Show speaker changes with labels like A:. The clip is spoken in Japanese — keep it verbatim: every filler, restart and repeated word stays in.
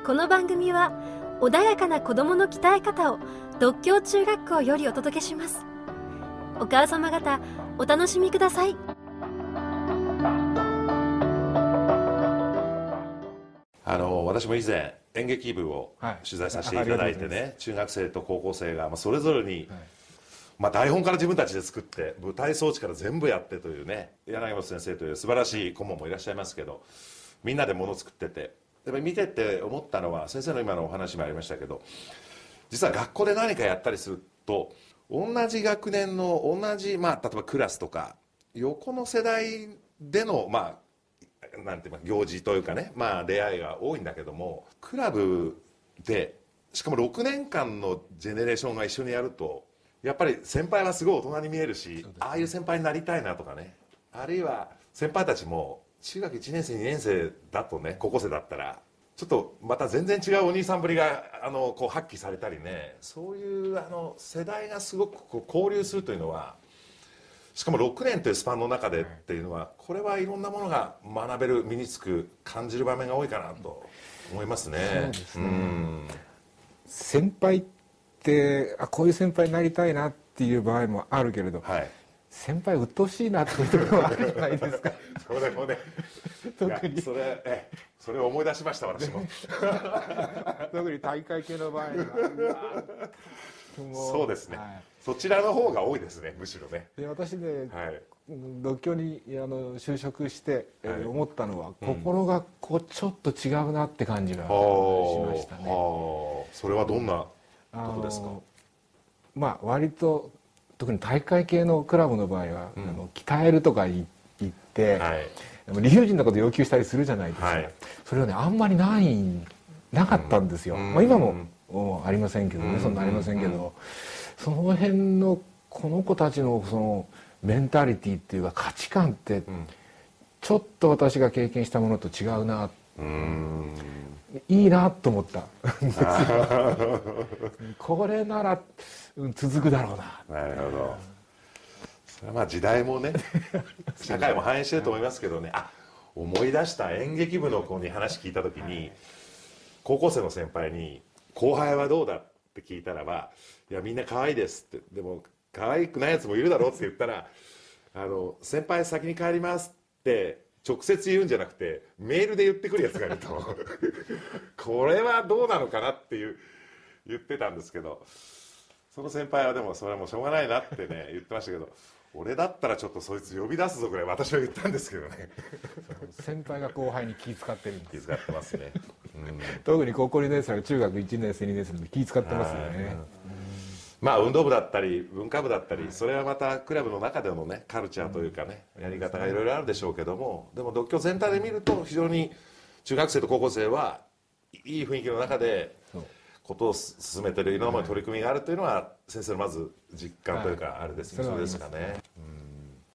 A: この番組は穏やかな子どもの鍛え方を獨協中学校よりお届けします。お母様方お楽しみください。
B: あの私も以前演劇部を取材させていただいてね、はい、中学生と高校生がそれぞれに、はい、まあ、台本から自分たちで作って舞台装置から全部やってというね、柳本先生という素晴らしい顧問もいらっしゃいますけど、みんなでもの作ってて、やっぱり見てて思ったのは、先生の今のお話もありましたけど、実は学校で何かやったりすると同じ学年の同じ、まあ、例えばクラスとか横の世代での、まあ、なんていうか行事というかね、まあ、出会いが多いんだけども、クラブでしかもろくねんかんのジェネレーションが一緒にやると、やっぱり先輩はすごい大人に見えるし、ね、ああいう先輩になりたいなとかね、あるいは先輩たちも中学いちねん生にねん生だとね、高校生だったらちょっとまた全然違うお兄さんぶりがあのこう発揮されたりね、そういうあの世代がすごくこう交流するというのは、しかもろくねんというスパンの中でっていうのは、これはいろんなものが学べる、身につく、感じる場面が多いかなと思いますね。
C: そうですね。うん、先輩ってあこういう先輩になりたいなっていう場合もあるけれど、はい、先輩鬱陶しいなっていうところもあるじゃないですか。
B: それもね、特にそれえそれを思い出しました、私も。
C: 特に大会系の場合は
B: そうですね、はい、そちらの方が多いですね、むしろね。
C: で私ね、はい、独協にあの就職して、はい、思ったのは、ここの学校ちょっと違うなって感じがしましたね。
B: それはどんなことですか？
C: まあ割と特に大会系のクラブの場合は、うん、あの鍛えるとか言って、はい、理不尽なこと要求したりするじゃないですか、はい、それはねあんまりないなかったんですよ、うん、まあ、今も、うん、ありませんけどね、うん、そんなありませんけど、うん、その辺のこの子たちのそのメンタリティっていうか価値観って、うん、ちょっと私が経験したものと違うな、うん、いいなと思ったんですよ。これなら続くだろうな。
B: なるほど。それはまあ時代もね社会も反映してると思いますけどね。あ、思い出した。演劇部の子に話聞いた時に、はい、高校生の先輩に後輩はどうだって聞いたらば、いやみんな可愛いですって、でも可愛くないやつもいるだろうって言ったら、あの先輩先に帰りますって直接言うんじゃなくてメールで言ってくるやつがいるとこれはどうなのかなっていう言ってたんですけど、その先輩はでもそれはもうしょうがないなってね言ってましたけど、俺だったらちょっとそいつ呼び出すぞぐらい私は言ったんですけどね。
C: 先輩が後輩に気遣ってるんです。
B: 気遣ってますね、うん、
C: 特に高校にねん生が中学いちねん生にねん生で気遣ってますよね。
B: まあ運動部だったり文化部だったり、それはまたクラブの中でのねカルチャーというかね、やり方がいろいろあるでしょうけども、でも独協全体で見ると非常に中学生と高校生はいい雰囲気の中でことを進めている、今まで取り組みがあるというのは先生のまず実感というかあれですね、それですかね。